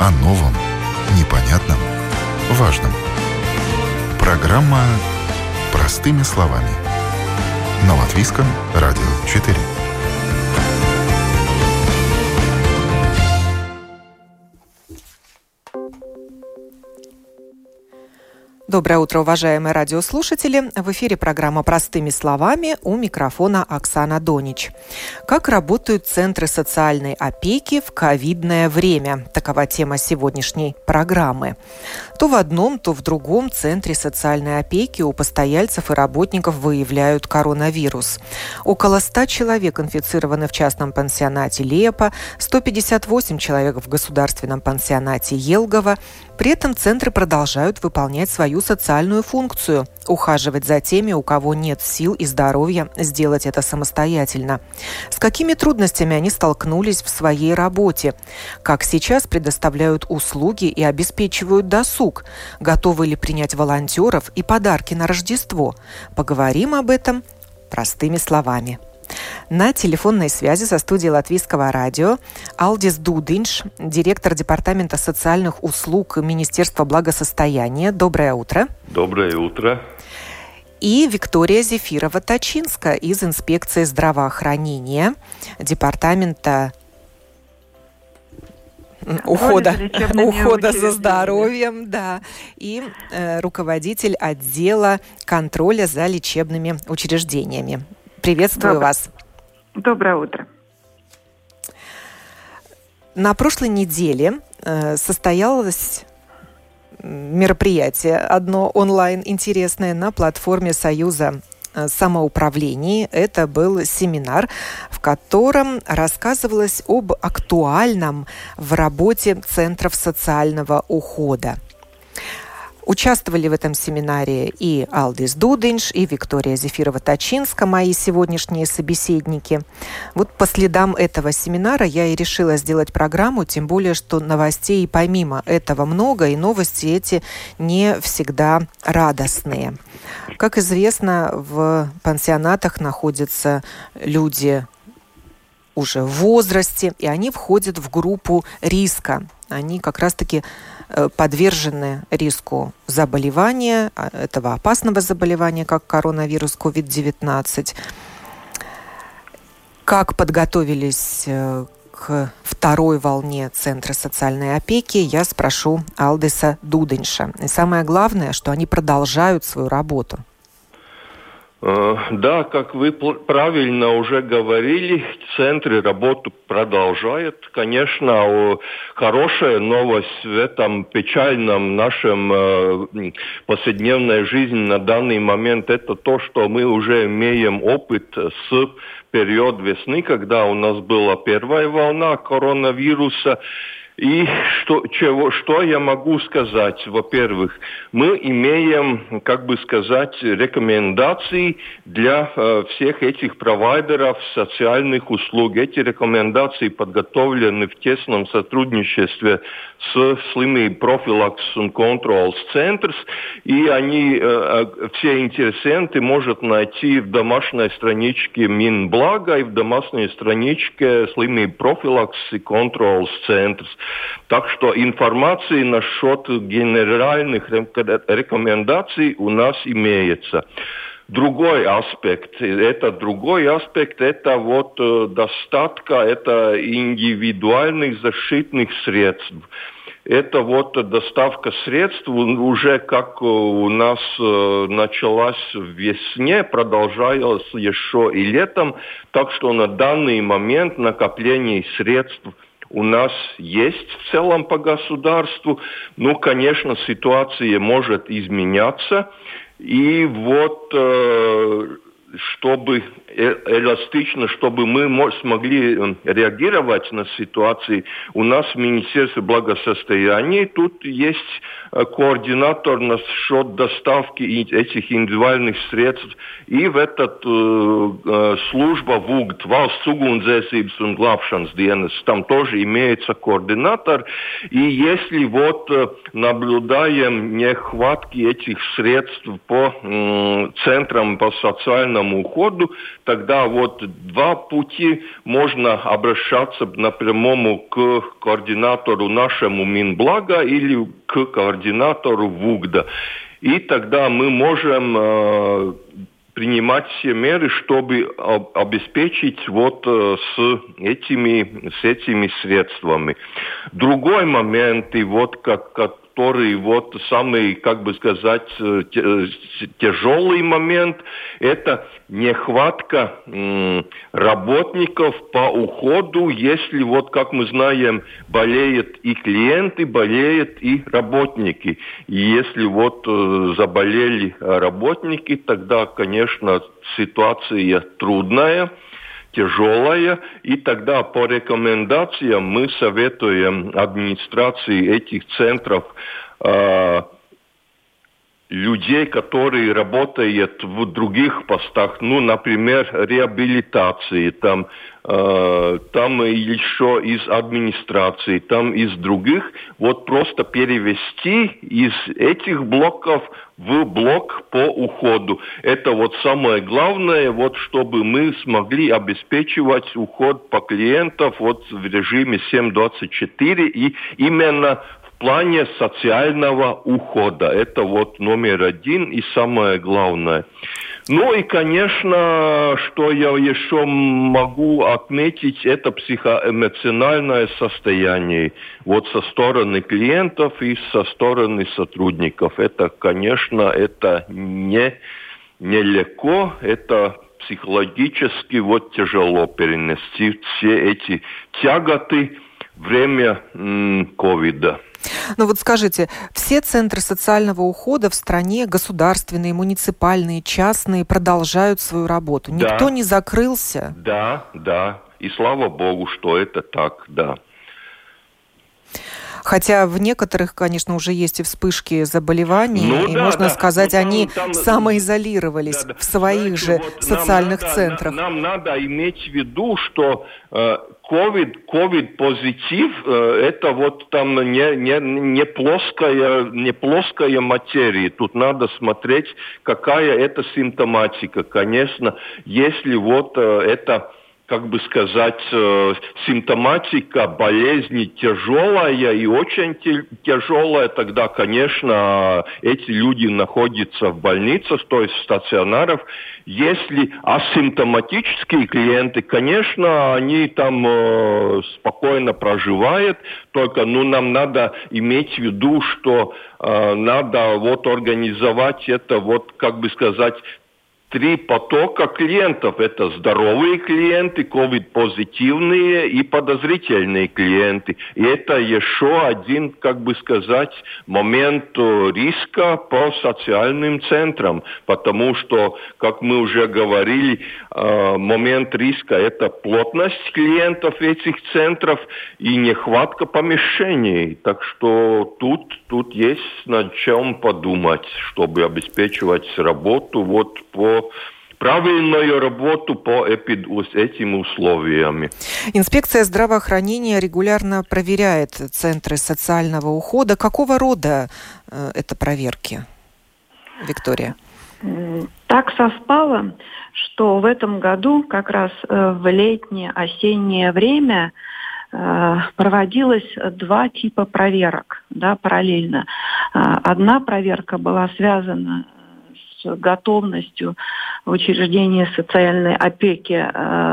О новом, непонятном, важном. Программа «Простыми словами». На Латвийском радио 4. Доброе утро, уважаемые радиослушатели. В эфире программа «Простыми словами», у микрофона Оксана Донич. Как работают центры социальной опеки в ковидное время? Такова тема сегодняшней программы. То в одном, то в другом центре социальной опеки у постояльцев и работников выявляют коронавирус. Около 100 человек инфицированы в частном пансионате Лепа, 158 человек в государственном пансионате Елгово. При этом центры продолжают выполнять свою социальную функцию – ухаживать за теми, у кого нет сил и здоровья сделать это самостоятельно. С какими трудностями они столкнулись в своей работе? Как сейчас предоставляют услуги и обеспечивают досуг? Готовы ли принять волонтеров и подарки на Рождество? Поговорим об этом простыми словами. На телефонной связи со студией Латвийского радио Алдис Дудинш, директор Департамента социальных услуг Министерства благосостояния. Доброе утро. Доброе утро. И Виктория Зефирова-Точинска из инспекции здравоохранения Департамента ухода за здоровьем, да, и руководитель отдела контроля за лечебными учреждениями. Приветствую вас. Доброе утро. На прошлой неделе состоялось мероприятие одно онлайн интересное на платформе Союза самоуправлений. Это был семинар, в котором рассказывалось об актуальном в работе центров социального ухода. Участвовали в этом семинаре и Алдис Дудинш, и Виктория Зефирова-Точинска, мои сегодняшние собеседники. Вот по следам этого семинара я и решила сделать программу, тем более, что новостей помимо этого много, и новости эти не всегда радостные. Как известно, в пансионатах находятся люди уже в возрасте, и они входят в группу риска. Они как раз-таки подвержены риску заболевания, этого опасного заболевания, как коронавирус COVID-19. Как подготовились к второй волне Центра социальной опеки, я спрошу Алдиса Дудинша. И самое главное, что они продолжают свою работу. Да, как вы правильно уже говорили, центры работу продолжают. Конечно, хорошая новость в этом печальном нашем повседневной жизни на данный момент – это то, что мы уже имеем опыт с периода весны, когда у нас была первая волна коронавируса. И что я могу сказать? Во-первых, мы имеем, рекомендации для всех этих провайдеров социальных услуг. Эти рекомендации подготовлены в тесном сотрудничестве с Slimību profilakses un kontroles centrs, и они, все интересенты, могут найти в домашней страничке Минблага и в домашней страничке Slimību profilakses и kontroles centrs. Так что информации насчет генеральных рекомендаций у нас имеется. Другой аспект, это достатка, это индивидуальных защитных средств. Это доставка средств уже как у нас началась в весне, продолжалась еще и летом. Так что на данный момент накопление средств у нас есть в целом по государству. Конечно, ситуация может изменяться. И чтобы эластично, чтобы мы смогли реагировать на ситуации, у нас в Министерстве благосостояния тут есть координатор насчет доставки этих индивидуальных средств, и в этот служба ВУГД, Valsts ugunsdzēsības un glābšanas dienas, там тоже имеется координатор, и если наблюдаем нехватки этих средств по центрам по социальному социальному уходу, тогда вот два пути: можно обращаться напрямую к координатору нашему Минблага или к координатору ВУГДа. И тогда мы можем принимать все меры, чтобы обеспечить вот с этими средствами. Другой момент, и вот который вот самый, как бы сказать, тяжелый момент, это нехватка работников по уходу, если вот, как мы знаем, болеют и клиенты, болеют и работники. И если вот заболели работники, тогда, конечно, ситуация трудная, тяжелая, и тогда по рекомендациям мы советуем администрации этих центров людей, которые работают в других постах, например, реабилитации, там еще из администрации, там из других, вот просто перевести из этих блоков в блок по уходу. Это вот самое главное, вот чтобы мы смогли обеспечивать уход по клиентам вот в режиме 7/24 и именно в плане социального ухода. Это вот номер один и самое главное. И, конечно, что я еще могу отметить, это психоэмоциональное состояние вот со стороны клиентов и со стороны сотрудников. Это, конечно, это нелегко, это психологически вот тяжело перенести все эти тяготы время ковида. Вот скажите, все центры социального ухода в стране, государственные, муниципальные, частные, продолжают свою работу? Никто не закрылся? Да. И слава богу, что это так, да. Хотя в некоторых, конечно, уже есть и вспышки заболеваний, можно сказать, они самоизолировались в своих же социальных центрах. Нам надо иметь в виду, что ковид-позитив это вот там не плоская материя. Тут надо смотреть, какая это симптоматика. Конечно, если вот это, как бы сказать, симптоматика болезни тяжелая и очень тяжелая, тогда, конечно, эти люди находятся в больницах, то есть в стационарах. Если асимптоматические клиенты, конечно, они там спокойно проживают, только нам надо иметь в виду, что надо вот организовать это, вот, как бы сказать, 3 потока клиентов. Это здоровые клиенты, ковид-позитивные и подозрительные клиенты. И это еще один, как бы сказать, момент риска по социальным центрам. Потому что, как мы уже говорили, момент риска – это плотность клиентов этих центров и нехватка помещений. Так что тут есть над чем подумать, чтобы обеспечивать работу вот по правильную работу по этим условиям. Инспекция здравоохранения регулярно проверяет центры социального ухода. Какого рода это проверки, Виктория? Так совпало, что в этом году как раз в летнее, осеннее время проводилось 2 типа проверок, параллельно. Одна проверка была связана с готовностью учреждения социальной опеки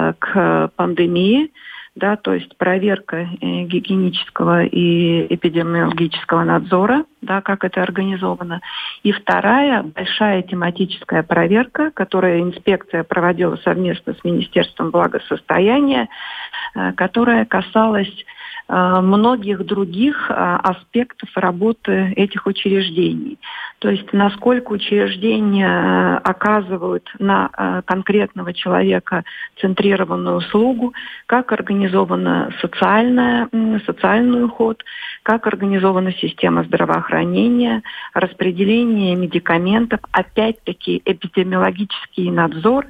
к пандемии, то есть проверка гигиенического и эпидемиологического надзора, как это организовано. И вторая большая тематическая проверка, которую инспекция проводила совместно с Министерством благосостояния, которая касалась многих других аспектов работы этих учреждений. То есть насколько учреждения оказывают на конкретного человека центрированную услугу, как организована социальный уход, как организована система здравоохранения, распределение медикаментов, опять-таки эпидемиологический надзор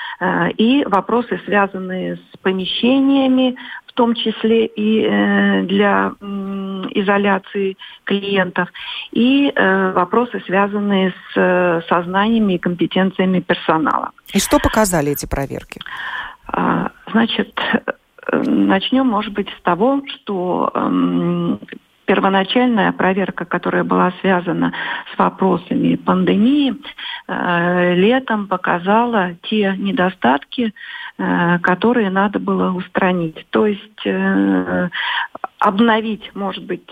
и вопросы, связанные с помещениями, в том числе и для изоляции клиентов, и вопросы, связанные с знаниями и компетенциями персонала. И что показали эти проверки? Значит, начнем, может быть, с того, что первоначальная проверка, которая была связана с вопросами пандемии, летом показала те недостатки, которые надо было устранить. То есть обновить, может быть,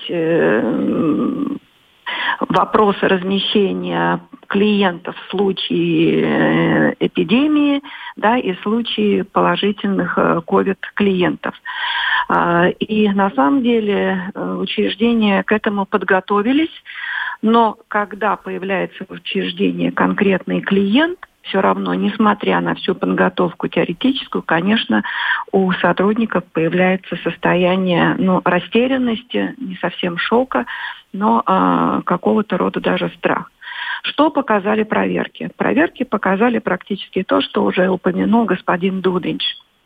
вопросы размещения клиентов в случае эпидемии, да, и в случае положительных COVID-клиентов. И на самом деле учреждения к этому подготовились, но когда появляется в учреждении конкретный клиент, все равно, несмотря на всю подготовку теоретическую, конечно, у сотрудников появляется состояние растерянности, не совсем шока, но какого-то рода даже страх. Что показали проверки? Проверки показали практически то, что уже упомянул господин Дудинч.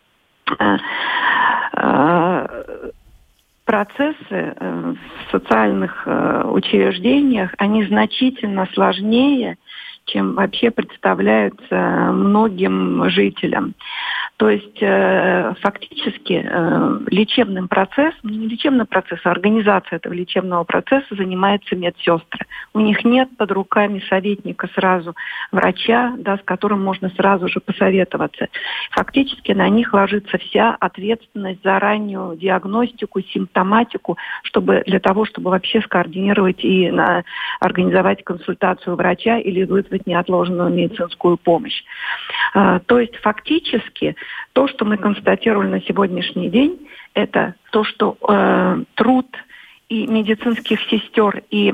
Процессы в социальных учреждениях, они значительно сложнее, чем вообще представляются многим жителям. То есть фактически лечебным процессом, не лечебный процесс, а организация этого лечебного процесса занимаются медсестры. У них нет под руками советника сразу, врача, да, с которым можно сразу же посоветоваться. Фактически на них ложится вся ответственность за раннюю диагностику, симптоматику, для того, чтобы вообще скоординировать и организовать консультацию врача или вызвать неотложную медицинскую помощь. То есть фактически то, что мы констатировали на сегодняшний день, это то, что труд и медицинских сестер, и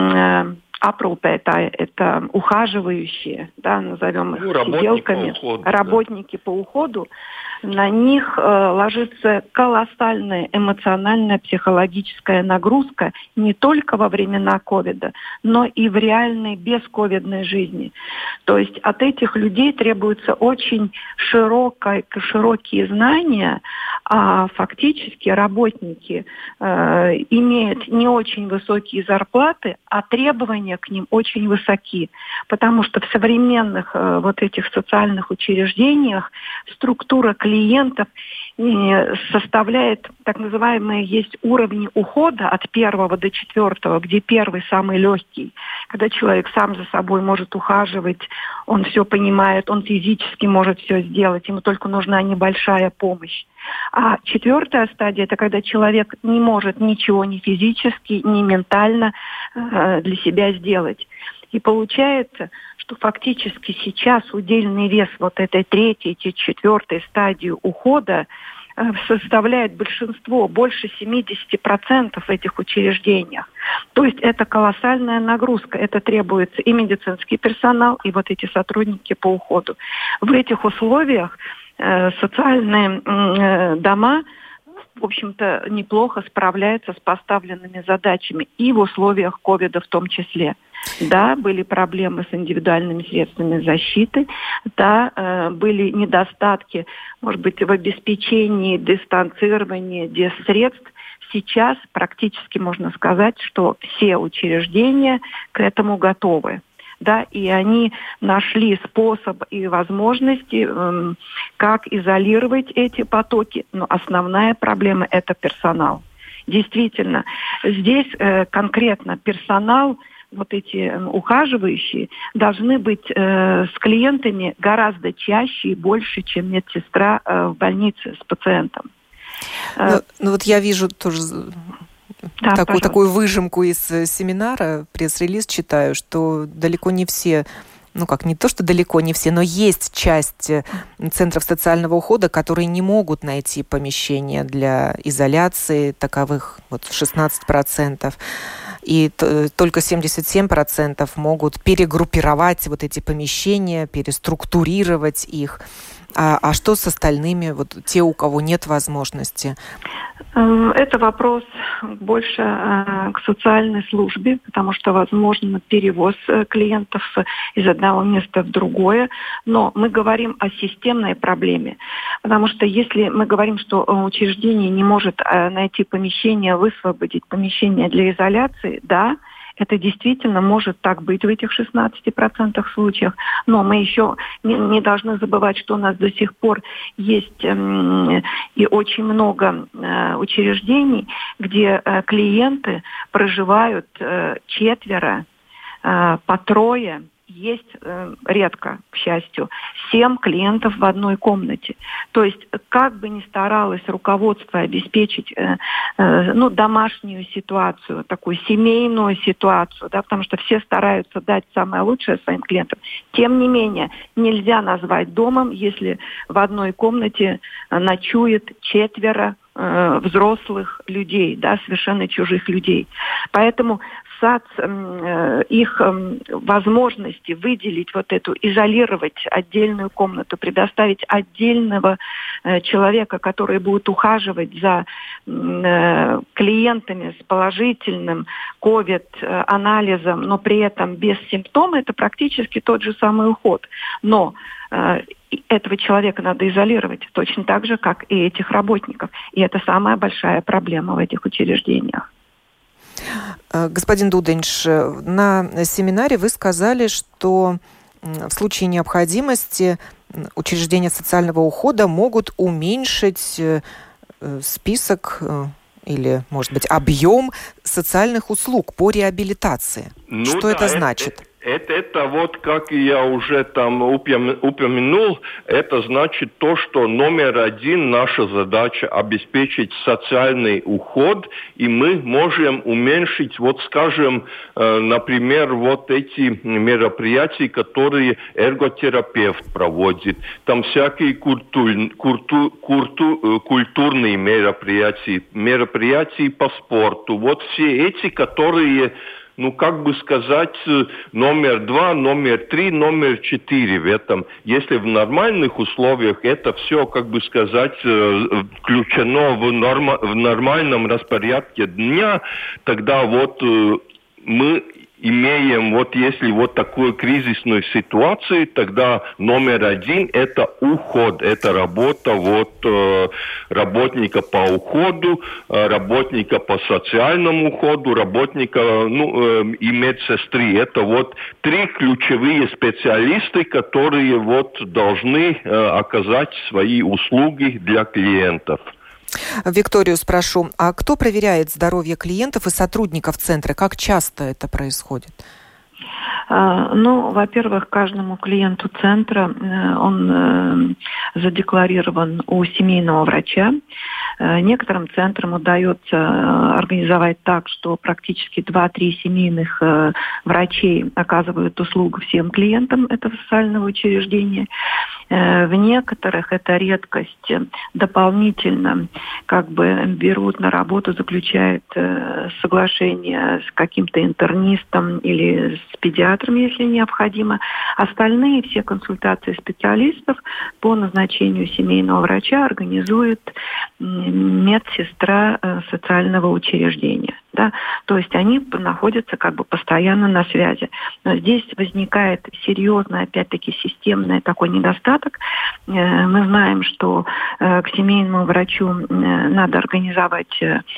апрупētāji, это ухаживающие, да, назовем их сиделками, работники по уходу, на них ложится колоссальная эмоциональная, психологическая нагрузка не только во времена ковида, но и в реальной бесковидной жизни. То есть от этих людей требуются очень широкие знания, а фактически работники имеют не очень высокие зарплаты, а требования к ним очень высоки, потому что в современных этих социальных учреждениях структура клиентов составляет так называемые есть уровни ухода от 1 до 4, где 1 самый легкий, когда человек сам за собой может ухаживать, он все понимает, он физически может все сделать, ему только нужна небольшая помощь. А 4 стадия – это когда человек не может ничего ни физически, ни ментально для себя сделать. И получается, что фактически сейчас удельный вес этой 3 и 4 стадии ухода составляет большинство, больше 70% в этих учреждениях. То есть это колоссальная нагрузка. Это требуется и медицинский персонал, и эти сотрудники по уходу. В этих условиях социальные дома, в общем-то, неплохо справляются с поставленными задачами и в условиях ковида в том числе. Да, были проблемы с индивидуальными средствами защиты, да, были недостатки, может быть, в обеспечении, дистанцировании средств. Сейчас практически можно сказать, что все учреждения к этому готовы. Да, и они нашли способ и возможности, как изолировать эти потоки. Но основная проблема – это персонал. Действительно, здесь конкретно персонал, эти ухаживающие, должны быть с клиентами гораздо чаще и больше, чем медсестра в больнице с пациентом. Я вижу тоже... Да, такую выжимку из семинара, пресс-релиз читаю, что далеко не все, не то, что далеко не все, но есть часть центров социального ухода, которые не могут найти помещения для изоляции, таковых 16%. И только 77% могут перегруппировать эти помещения, переструктурировать их. А что с остальными, вот те, у кого нет возможности? Это вопрос больше к социальной службе, потому что возможен перевоз клиентов из одного места в другое. Но мы говорим о системной проблеме, потому что если мы говорим, что учреждение не может найти помещение, высвободить помещение для изоляции, да, это действительно может так быть в этих 16% случаях, но мы еще не должны забывать, что у нас до сих пор есть и очень много учреждений, где клиенты проживают 4, по 3, есть редко, к счастью, 7 клиентов в одной комнате. То есть, как бы ни старалось руководство обеспечить домашнюю ситуацию, такую семейную ситуацию, да, потому что все стараются дать самое лучшее своим клиентам, тем не менее, нельзя назвать домом, если в одной комнате ночует 4 взрослых людей, да, совершенно чужих людей. Поэтому их возможности выделить вот эту, изолировать отдельную комнату, предоставить отдельного человека, который будет ухаживать за клиентами с положительным COVID-анализом, но при этом без симптомов, это практически тот же самый уход. Но этого человека надо изолировать точно так же, как и этих работников. И это самая большая проблема в этих учреждениях. Господин Дуденьш, на семинаре вы сказали, что в случае необходимости учреждения социального ухода могут уменьшить список или, может быть, объем социальных услуг по реабилитации. Что это значит? Это вот, как я уже там упомянул, это значит то, что номер 1 наша задача обеспечить социальный уход, и мы можем уменьшить, вот скажем, например, вот эти мероприятия, которые эрготерапевт проводит, там всякие культурные мероприятия по спорту, вот все эти, которые номер 2, номер 3, номер 4 в этом. Если в нормальных условиях это все, включено в нормальном распорядке дня, тогда вот мы имеем, вот если вот такую кризисную ситуацию, тогда номер 1 это уход, это работа работника по уходу, работника по социальному уходу, работника и медсестры. Это вот 3 ключевые специалисты, которые вот должны оказать свои услуги для клиентов. Викторию спрошу, а кто проверяет здоровье клиентов и сотрудников центра? Как часто это происходит? Во-первых, каждому клиенту центра он задекларирован у семейного врача. Некоторым центрам удается организовать так, что практически 2-3 семейных врачей оказывают услугу всем клиентам этого социального учреждения. В некоторых это редкость. Дополнительно берут на работу, заключают соглашение с каким-то интернистом или с педиатром, если необходимо. Остальные все консультации специалистов по назначению семейного врача организует медсестра социального учреждения. Да? То есть они находятся постоянно на связи. Но здесь возникает серьезный, опять-таки, системный такой недостаток. Мы знаем, что к семейному врачу надо организовать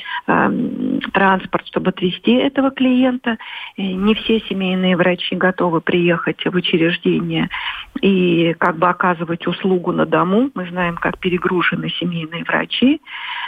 транспорт, чтобы отвезти этого клиента. Не все семейные врачи готовы приехать в учреждение и оказывать услугу на дому. Мы знаем, как перегружены семейные врачи.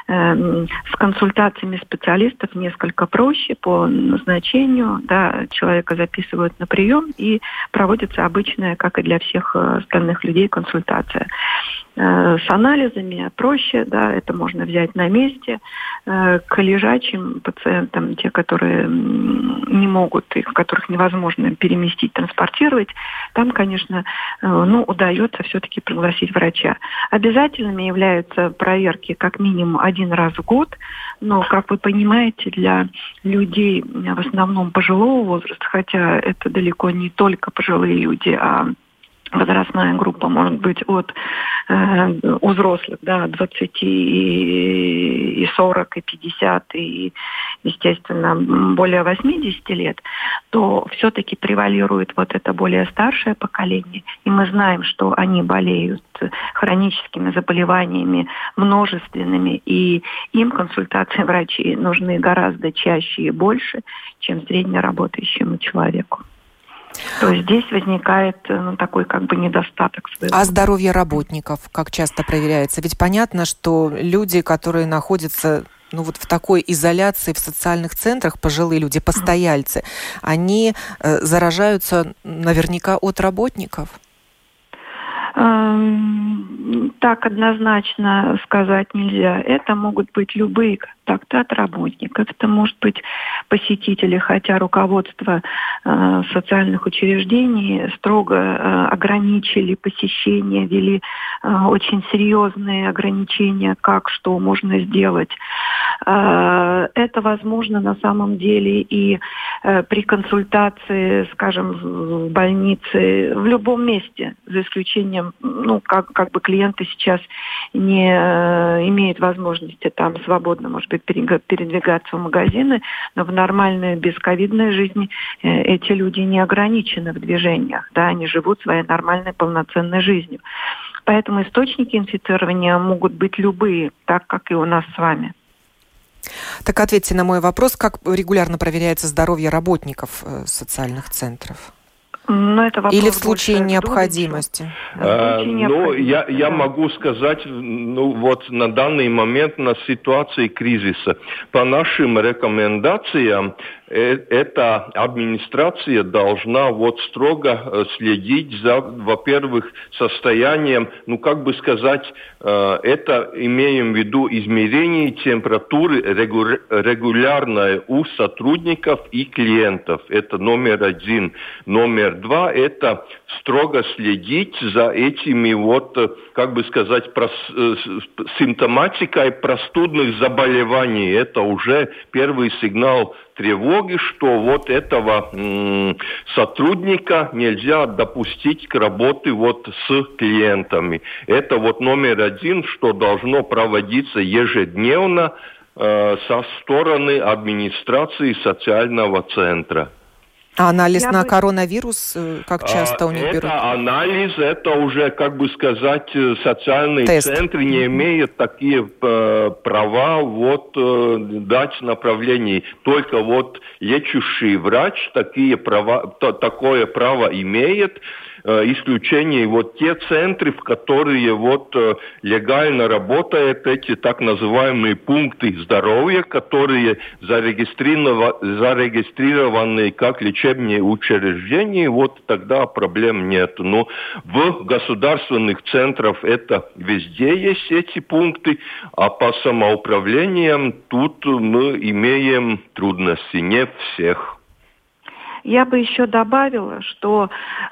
С консультациями специалистов несколько проще по назначению. Да, человека записывают на прием и проводится обычная, как и для всех остальных людей, консультация. С анализами проще, да, это можно взять на месте. К лежачим пациентам, те, которые не могут, которых невозможно переместить, транспортировать, там, конечно, удается все-таки пригласить врача. Обязательными являются проверки как минимум 1 раз в год, но, как вы понимаете, для людей в основном пожилого возраста, хотя это далеко не только пожилые люди, а возрастная группа может быть от у взрослых, да, 20 и 40, и 50, и, естественно, более 80 лет, то все-таки превалирует вот это более старшее поколение. И мы знаем, что они болеют хроническими заболеваниями множественными, и им консультации врачей нужны гораздо чаще и больше, чем среднеработающему человеку. То есть здесь возникает такой как бы недостаток. А здоровье работников как часто проверяется? Ведь понятно, что люди, которые находятся вот в такой изоляции в социальных центрах, пожилые люди, постояльцы, они заражаются наверняка от работников? Так однозначно сказать нельзя. Это могут быть любые контакты от работников. Это может быть посетители, хотя руководство социальных учреждений строго ограничили посещение, ввели очень серьезные ограничения, как что можно сделать. Это возможно на самом деле и при консультации, скажем, в больнице, в любом месте, за исключением, как бы клиенты сейчас не имеют возможности там свободно, может быть, передвигаться в магазины, но в нормальной бесковидной жизни эти люди не ограничены в движениях, да, они живут своей нормальной полноценной жизнью. Поэтому источники инфицирования могут быть любые, так как и у нас с вами. Так ответьте на мой вопрос, как регулярно проверяется здоровье работников социальных центров? Или в случае необходимости? Я могу сказать, вот на данный момент, на ситуации кризиса, по нашим рекомендациям, эта администрация должна вот строго следить за, во-первых, состоянием, это имеем в виду измерение температуры регулярное у сотрудников и клиентов. Это номер один. Номер два – это строго следить за этими симптоматикой простудных заболеваний. Это уже первый сигнал тревоги, что вот этого сотрудника нельзя допустить к работе с клиентами. Это номер один, что должно проводиться ежедневно со стороны администрации социального центра. А анализ на коронавирус, как часто у них берут? Анализ, это уже, социальные центры не имеют такие права дать направление. Только лечащий врач такое право имеет. Исключение те центры, в которые легально работают эти так называемые пункты здоровья, которые зарегистрированы как лечебные учреждения, тогда проблем нет. Но в государственных центрах это везде есть эти пункты, а по самоуправлениям тут мы имеем трудности, не всех. Я бы еще добавила, что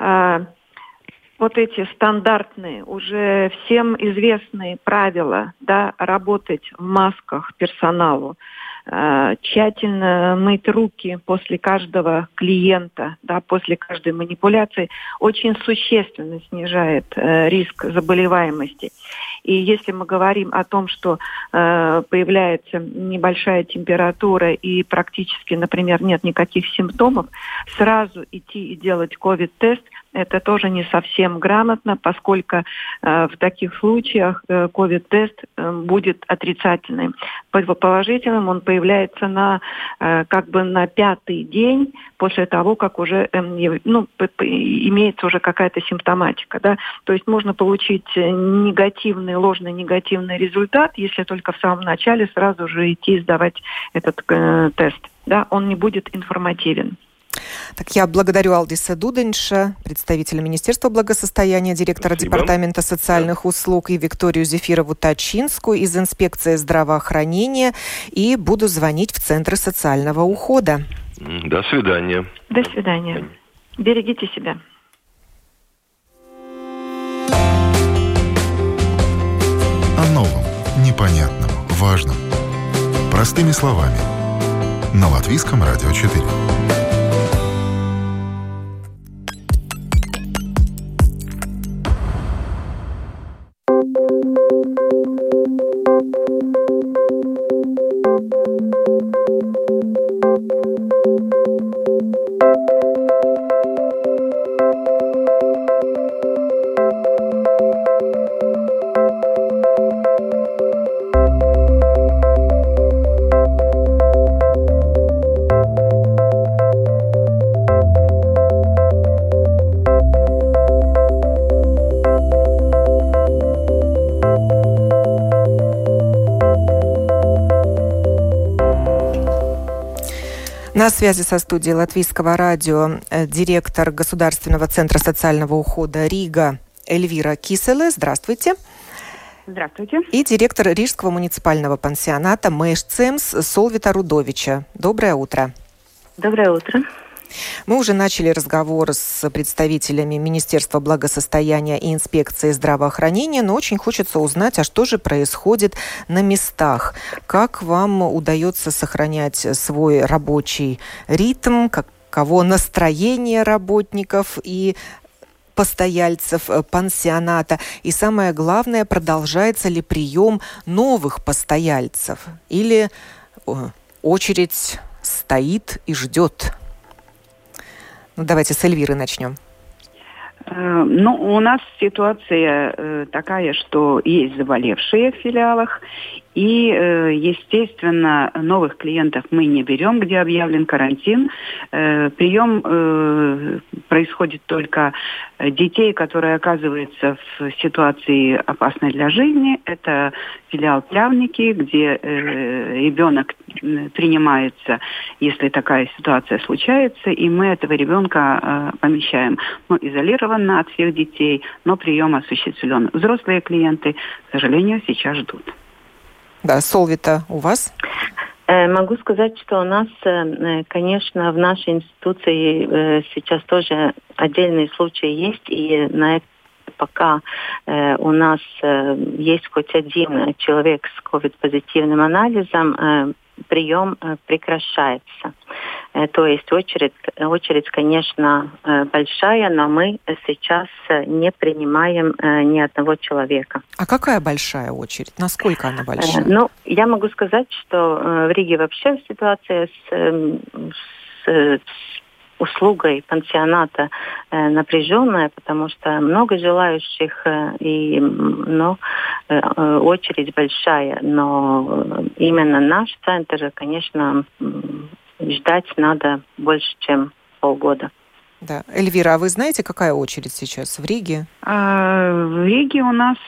эти стандартные, уже всем известные правила, да, работать в масках персоналу, тщательно мыть руки после каждого клиента, да, после каждой манипуляции, очень существенно снижает риск заболеваемости. И если мы говорим о том, что появляется небольшая температура и практически, например, нет никаких симптомов, сразу идти и делать ковид-тест, это тоже не совсем грамотно, поскольку в таких случаях ковид-тест будет отрицательным. Положительным он появляется на 5-й день после того, как уже имеется уже какая-то симптоматика. Да? То есть можно получить ложный негативный результат, если только в самом начале сразу же идти и сдавать этот тест. Да? Он не будет информативен. Так, я благодарю Алдиса Дуденьша, представителя Министерства благосостояния, директора Департамента социальных услуг, и Викторию Зефирову-Тачинскую из инспекции здравоохранения, и буду звонить в Центры социального ухода. До свидания. До свидания. Берегите себя. О новом, непонятном, важном. Простыми словами. На Латвийском радио 4. На связи со студией Латвийского радио директор Государственного центра социального ухода Рига Эльвира Киселе. Здравствуйте. Здравствуйте. И директор Рижского муниципального пансионата Мэш Цемс Солвита Рудовича. Доброе утро. Доброе утро. Мы уже начали разговор с представителями Министерства благосостояния и инспекции здравоохранения, но очень хочется узнать, а что же происходит на местах. Как вам удается сохранять свой рабочий ритм, каково настроение работников и постояльцев пансионата? И самое главное, продолжается ли прием новых постояльцев? Или очередь стоит и ждет? Давайте с Эльвиры начнем. У нас ситуация такая, что есть заболевшие в филиалах, и, естественно, новых клиентов мы не берем, где объявлен карантин. Прием происходит только детей, которые оказываются в ситуации опасной для жизни. Это филиал Плявники, где ребенок принимается, если такая ситуация случается, и мы этого ребенка помещаем. Изолированно от всех детей, но прием осуществлен. Взрослые клиенты, к сожалению, сейчас ждут. Да, Солвита, у вас? Могу сказать, что у нас, конечно, в нашей институции сейчас тоже отдельные случаи есть, и на это пока у нас есть хоть один человек с COVID-позитивным анализом, прием прекращается. То есть очередь, конечно, большая, но мы сейчас не принимаем ни одного человека. А какая большая очередь? Насколько она большая? Я могу сказать, что в Риге вообще ситуация с услугой пансионата напряженная, потому что много желающих, и очередь большая. Но именно наш центр, конечно, ждать надо больше, чем полгода. Да. Эльвира, а вы знаете, какая очередь сейчас в Риге? В Риге у нас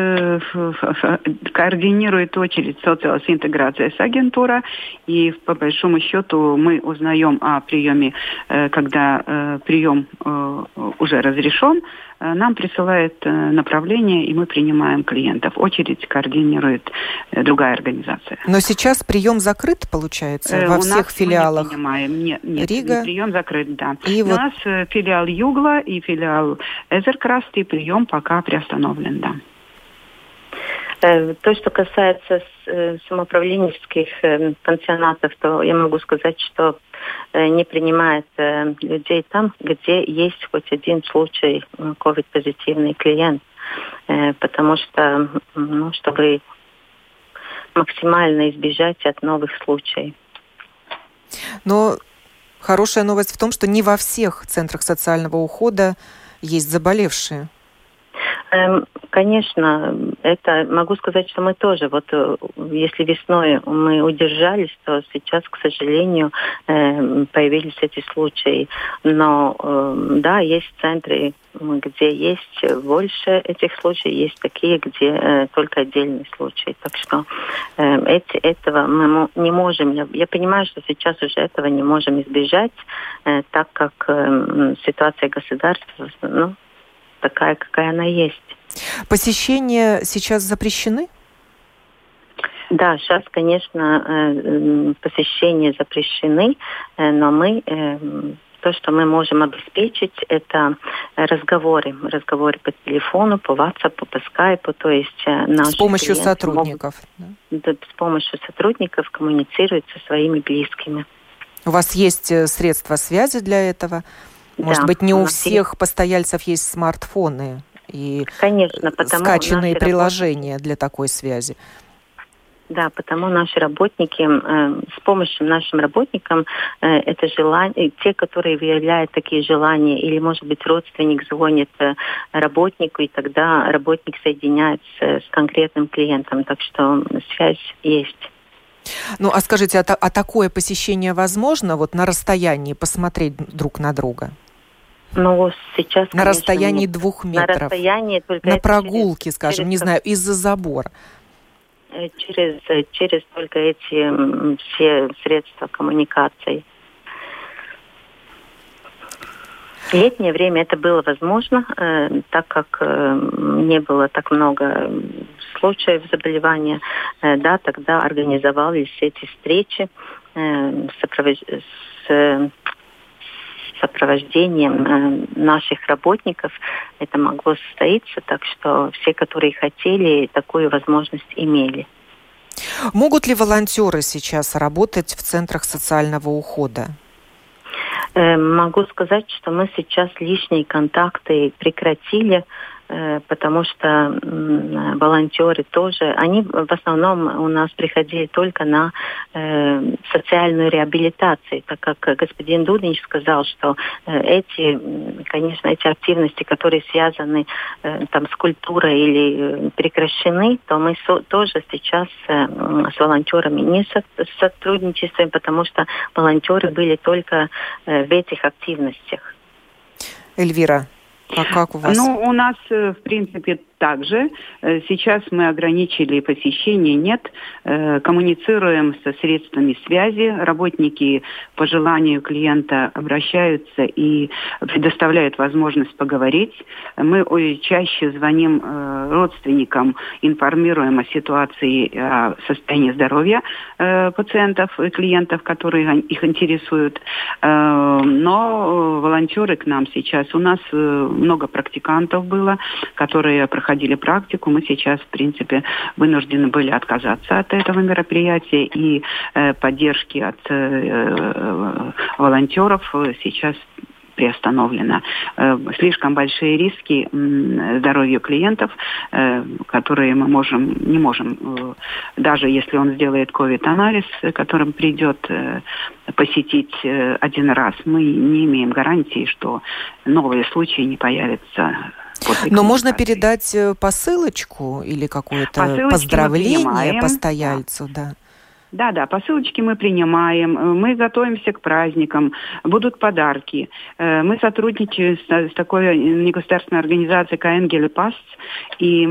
координирует очередь социальной интеграции агентура, и по большому счету мы узнаем о приеме, когда прием уже разрешен, нам присылают направление, и мы принимаем клиентов. Очередь координирует другая организация. Но сейчас прием закрыт, получается, во всех филиалах? Мы не принимаем. Нет, Рига? Прием закрыт, да. И у нас филиал Югла и филиал Эзеркрасти, прием пока приостановлен, да. То, что касается самоуправленческих пансионатов, то я могу сказать, что не принимает людей там, где есть хоть один случай COVID-позитивный клиент, потому что, чтобы максимально избежать от новых случаев. Но хорошая новость в том, что не во всех центрах социального ухода есть заболевшие. Конечно, это могу сказать, что мы тоже, если весной мы удержались, то сейчас, к сожалению, появились эти случаи. Но да, есть центры, где есть больше этих случаев, есть такие, где только отдельные случаи. Так что этого мы не можем. Я понимаю, что сейчас уже этого не можем избежать, так как ситуация государства, такая, какая она есть. Посещения сейчас запрещены? Да, сейчас, конечно, посещения запрещены, но то, что мы можем обеспечить, это разговоры по телефону, по WhatsApp, по Skype, то есть наши с помощью сотрудников. С помощью сотрудников коммуницируют со своими близкими. У вас есть средства связи для этого? Может быть, не у всех постояльцев есть смартфоны и конечно, скачанные приложения для такой связи. Да, потому наши работники, с помощью нашим работникам, это желание, те, которые выявляют такие желания, или, может быть, родственник звонит работнику, и тогда работник соединяется с конкретным клиентом, так что связь есть. А скажите, а такое посещение возможно на расстоянии посмотреть друг на друга? Сейчас, на расстоянии 2 метров. На расстоянии только на прогулке, не знаю, из-за забора. Через только эти все средства коммуникации. В летнее время это было возможно, так как не было так много случаев заболевания. Да, тогда организовались эти встречи с сопровождением наших работников. Это могло состоиться, так что все, которые хотели, такую возможность имели. Могут ли волонтеры сейчас работать в центрах социального ухода? Могу сказать, что мы сейчас лишние контакты прекратили, потому что волонтеры тоже, они в основном у нас приходили только на социальную реабилитацию, так как господин Дудинич сказал, что эти активности, которые связаны там с культурой или прекращены, то мы тоже сейчас с волонтерами не сотрудничаем, потому что волонтеры были только в этих активностях. Эльвира, а как у вас? У нас, в принципе, также. Сейчас мы ограничили посещение, нет. Коммуницируем со средствами связи. Работники по желанию клиента обращаются и предоставляют возможность поговорить. Мы чаще звоним родственникам, информируем о ситуации, о состоянии здоровья пациентов и клиентов, которые их интересуют. Но волонтеры к нам сейчас. У нас много практикантов было, которые проходили практику. Мы сейчас, в принципе, вынуждены были отказаться от этого мероприятия, и поддержки от волонтеров сейчас приостановлено. Слишком большие риски здоровью клиентов, которые мы не можем, даже если он сделает ковид-анализ, которым придет посетить один раз, мы не имеем гарантии, что новые случаи не появятся. Но можно передать посылочку или какое-то поздравление постояльцу, да. Да, посылочки мы принимаем, мы готовимся к праздникам, будут подарки. Мы сотрудничаем с такой негосударственной организацией, как Энгель Паст, и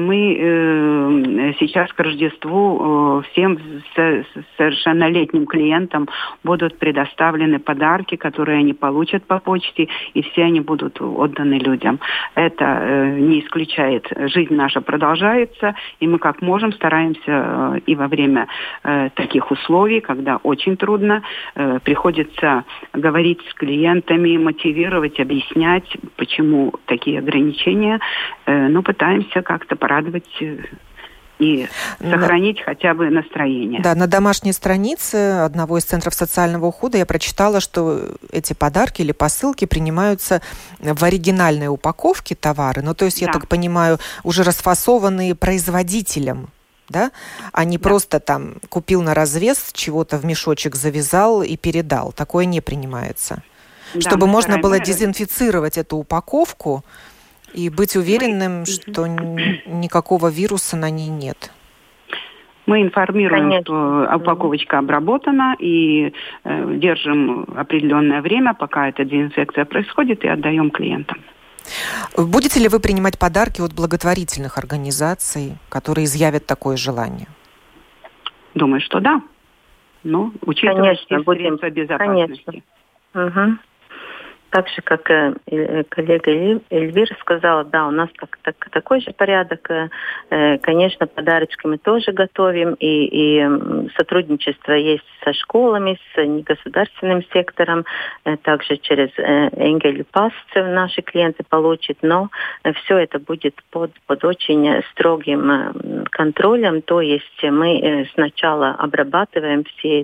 мы сейчас к Рождеству всем совершеннолетним клиентам будут предоставлены подарки, которые они получат по почте, и все они будут отданы людям. Это не исключает. Жизнь наша продолжается, и мы как можем стараемся и во время таких условий, когда очень трудно, приходится говорить с клиентами, мотивировать, объяснять, почему такие ограничения. Но пытаемся как-то порадовать и сохранить хотя бы настроение. Да, на домашней странице одного из центров социального ухода я прочитала, что эти подарки или посылки принимаются в оригинальной упаковке товары. То есть, я так понимаю, уже расфасованные производителем. Да? А не просто там купил на развес, чего-то в мешочек завязал и передал. Такое не принимается. Чтобы можно было дезинфицировать эту упаковку и быть уверенным, что никакого вируса на ней нет. Мы информируем, что упаковочка обработана, и держим определенное время, пока эта дезинфекция происходит, и отдаем клиентам. Будете ли вы принимать подарки от благотворительных организаций, которые изъявят такое желание? Думаю, что да. Но учитывая все средства безопасности. Конечно. Так же, как коллега Эльвира сказала, да, у нас такой же порядок. Конечно, подарочки мы тоже готовим, и сотрудничество есть со школами, с негосударственным сектором, также через Энгель Паст наши клиенты получат, но все это будет под очень строгим контролем, то есть мы сначала обрабатываем все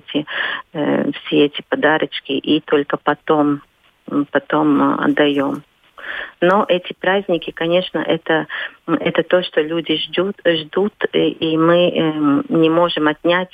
эти подарочки и только потом отдаем. Но эти праздники, конечно, это то, что люди ждут, и мы не можем отнять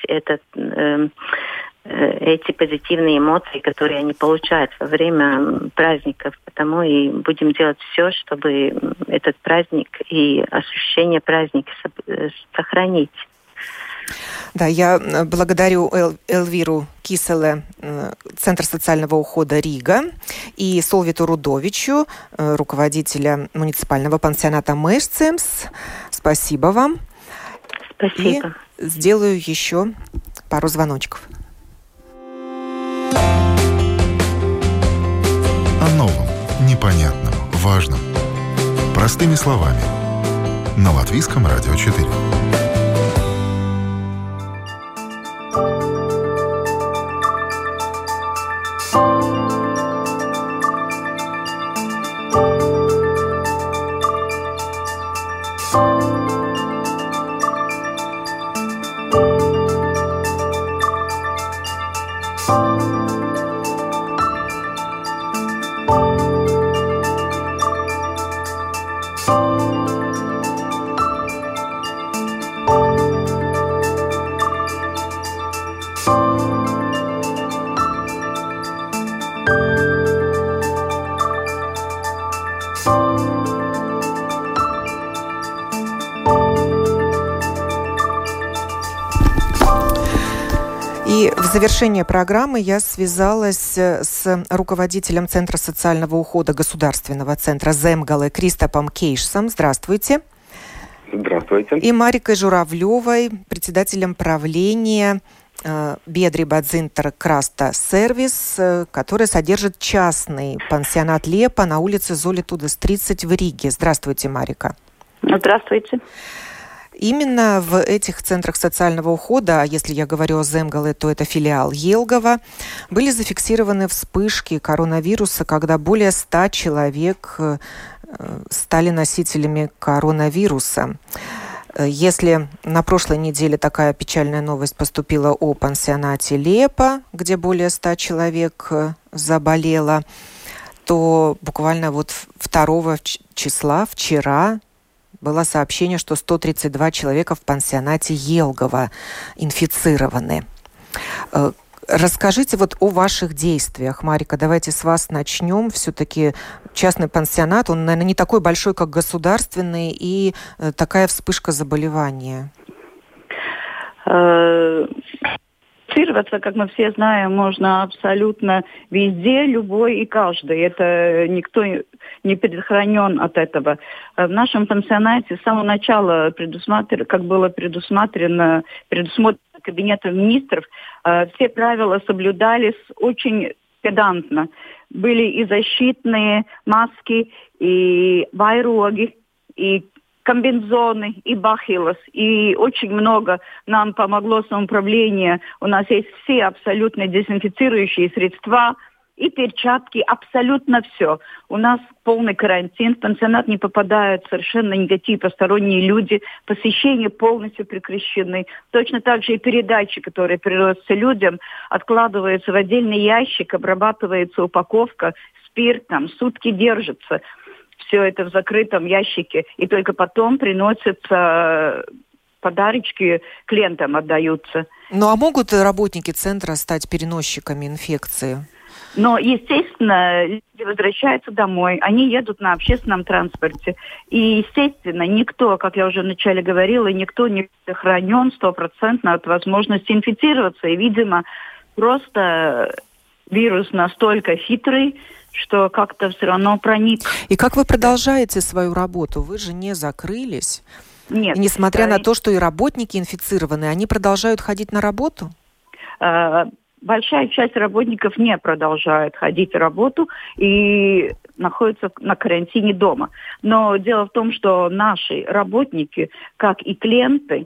эти позитивные эмоции, которые они получают во время праздников. Потому и будем делать все, чтобы этот праздник и ощущение праздника сохранить. Да, я благодарю Эльвиру Киселе, Центр социального ухода Рига, и Солвиту Рудовичу, руководителя муниципального пансионата Мэшцемс. Спасибо вам. Спасибо. И сделаю еще пару звоночков. О новом, непонятному, важному. Простыми словами. На Латвийском радио 4. И в завершение программы я связалась с руководителем Центра социального ухода Государственного центра Земгале Кристопом Кейшсом. Здравствуйте. Здравствуйте. И Марикой Журавлевой, председателем правления Биедрība Dzintara Krasta сервис, который содержит частный пансионат Лепа на улице Золитудас 30 в Риге. Здравствуйте, Марика. Здравствуйте. Именно в этих центрах социального ухода, а если я говорю о Земгале, то это филиал Елгова, были зафиксированы вспышки коронавируса, когда более 100 человек стали носителями коронавируса. Если на прошлой неделе такая печальная новость поступила о пансионате Лепа, где более 100 человек заболело, то буквально вот 2 числа, вчера, было сообщение, что 132 человека в пансионате Елгова инфицированы. Расскажите вот о ваших действиях, Марика. Давайте с вас начнем. Все-таки частный пансионат, он, наверное, не такой большой, как государственный, и такая вспышка заболевания. Инфицироваться, как мы все знаем, можно абсолютно везде, любой и каждый. Это никто не предохранен от этого. В нашем пансионате с самого начала, как было предусмотрено Кабинетом министров, все правила соблюдались очень педантно. Были и защитные маски, и вайроги, и комбинезоны, и бахилос, и очень много нам помогло самоуправление. У нас есть все абсолютно дезинфицирующие средства, и перчатки, абсолютно все. У нас полный карантин, в пансионат не попадают совершенно никакие посторонние люди, посещения полностью прекращены. Точно так же и передачи, которые привозятся людям, откладываются в отдельный ящик, обрабатывается упаковка, спирт, там сутки держится. Все это в закрытом ящике, и только потом приносятся подарочки, клиентам отдаются. Ну а могут работники центра стать переносчиками инфекции? Но, естественно, люди возвращаются домой, они едут на общественном транспорте. И, естественно, никто, как я уже вначале говорила, никто не предохранен 100% от возможности инфицироваться. И, видимо, просто вирус настолько хитрый, что как-то все равно проник. И как вы продолжаете свою работу? Вы же не закрылись. Нет. И несмотря на то, что и работники инфицированы, они продолжают ходить на работу? Большая часть работников не продолжает ходить на работу и находятся на карантине дома. Но дело в том, что наши работники, как и клиенты,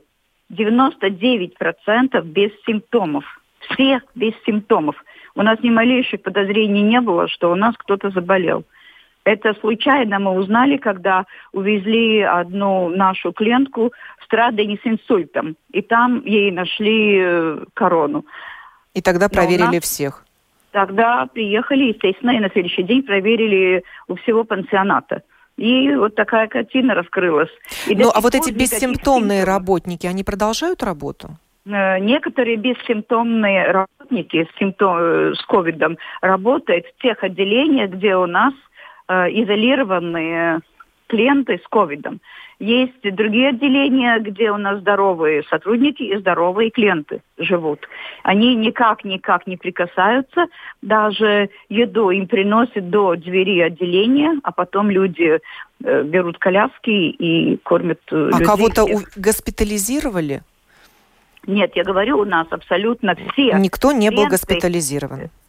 99% без симптомов. Все без симптомов. У нас ни малейших подозрений не было, что у нас кто-то заболел. Это случайно мы узнали, когда увезли одну нашу клиентку в Страдане с инсультом. И там ей нашли корону. И тогда проверили всех? Тогда приехали, естественно, и на следующий день проверили у всего пансионата. И вот такая картина раскрылась. Ну, а вот эти бессимптомные работники, они продолжают работу? Некоторые бессимптомные работники с ковидом работают в тех отделениях, где у нас изолированные клиенты с ковидом. Есть другие отделения, где у нас здоровые сотрудники и здоровые клиенты живут. Они никак не прикасаются, даже еду им приносят до двери отделения, а потом люди берут коляски и кормят людей. А кого-то госпитализировали? Нет, я говорю, у нас абсолютно все. Никто не был госпитализирован?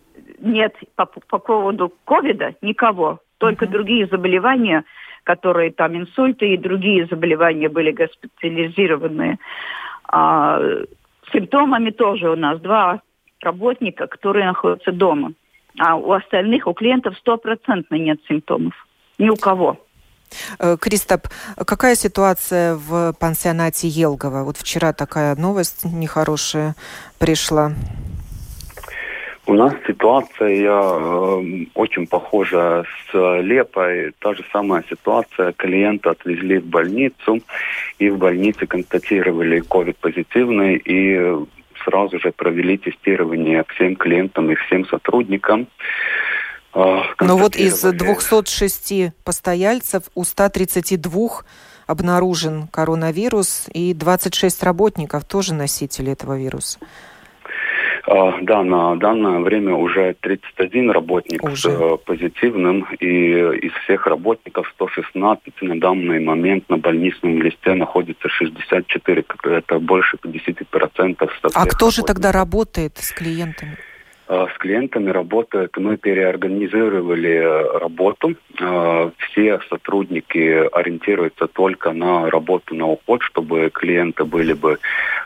нет по поводу ковида никого. Только другие заболевания, которые там инсульты и другие заболевания были госпитализированы. Симптомами тоже у нас 2 работника, которые находятся дома. А у остальных, у клиентов 100% нет симптомов. Ни у кого. Кристоп, какая ситуация в пансионате Елгово? Вот вчера такая новость нехорошая пришла. У нас ситуация очень похожа с Лепой. Та же самая ситуация. Клиента отвезли в больницу, и в больнице констатировали ковид-позитивный, и сразу же провели тестирование всем клиентам и всем сотрудникам. Но вот из 206 постояльцев у 132 обнаружен коронавирус, и 26 работников тоже носители этого вируса. Да, на данное время уже 31 работник с позитивным, и из всех работников 116 на данный момент на больничном листе находится 64, это больше 50%. А кто же тогда работает с клиентами? С клиентами работает, мы переорганизировали работу. Все сотрудники ориентируются только на работу на уход, чтобы клиенты были бы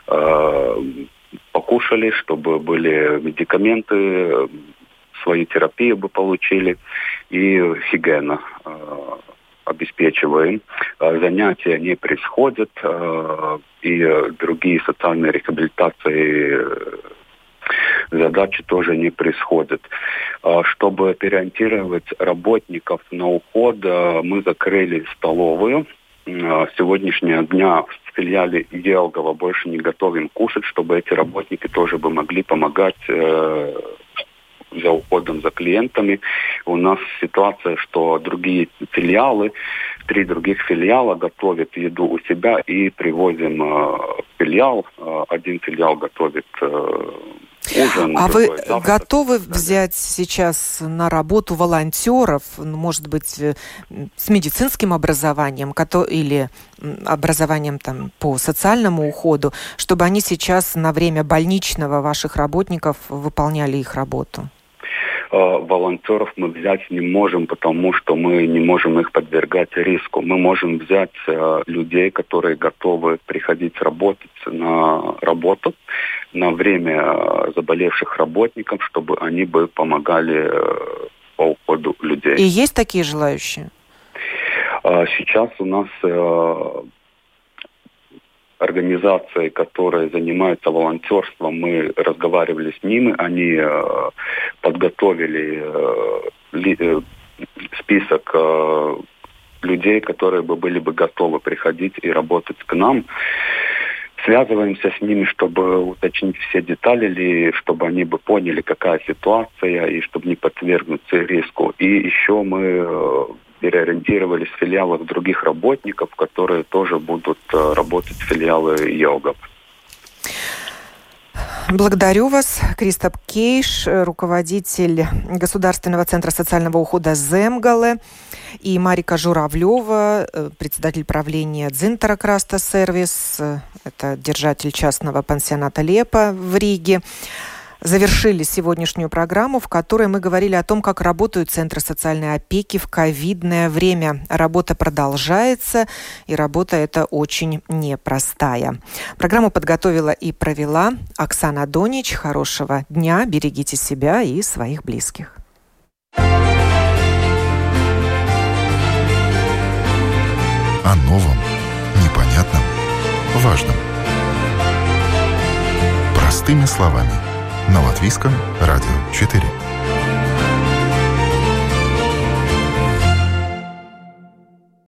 покушали, чтобы были медикаменты, свою терапию бы получили, и гигиена обеспечиваем. Занятия не происходят, и другие социальные реабилитации задачи тоже не происходят. Чтобы переориентировать работников на уход, мы закрыли столовую. С сегодняшнего дня в филиале Елгово больше не готовим кушать, чтобы эти работники тоже бы могли помогать за уходом за клиентами. У нас ситуация, что другие филиалы, 3 других филиала готовят еду у себя и привозим в филиал. Один филиал готовит ужин. А вы готовы взять сейчас на работу волонтеров, может быть, с медицинским образованием или образованием там, по социальному уходу, чтобы они сейчас на время больничного ваших работников выполняли их работу? Волонтеров мы взять не можем, потому что мы не можем их подвергать риску. Мы можем взять людей, которые готовы приходить работать на работу на время заболевших работников, чтобы они бы помогали по уходу людей. И есть такие желающие? Сейчас у нас организации, которые занимаются волонтерством, мы разговаривали с ними, они подготовили список людей, которые бы были бы готовы приходить и работать к нам. Связываемся с ними, чтобы уточнить все детали, чтобы они бы поняли, какая ситуация, и чтобы не подвергнуться риску. И еще мы переориентировались в филиалах других работников, которые тоже будут работать в филиалы Елгово. Благодарю вас. Кристоп Кейш, руководитель Государственного центра социального ухода Земгале, и Марика Журавлева, председатель правления Дзинтара Краста Сервис, это держатель частного пансионата Лепа в Риге, завершили сегодняшнюю программу, в которой мы говорили о том, как работают центры социальной опеки в ковидное время. Работа продолжается, и работа эта очень непростая. Программу подготовила и провела Оксана Донич. Хорошего дня, берегите себя и своих близких. О новом, непонятном, важном. Простыми словами. На Латвийском радио 4.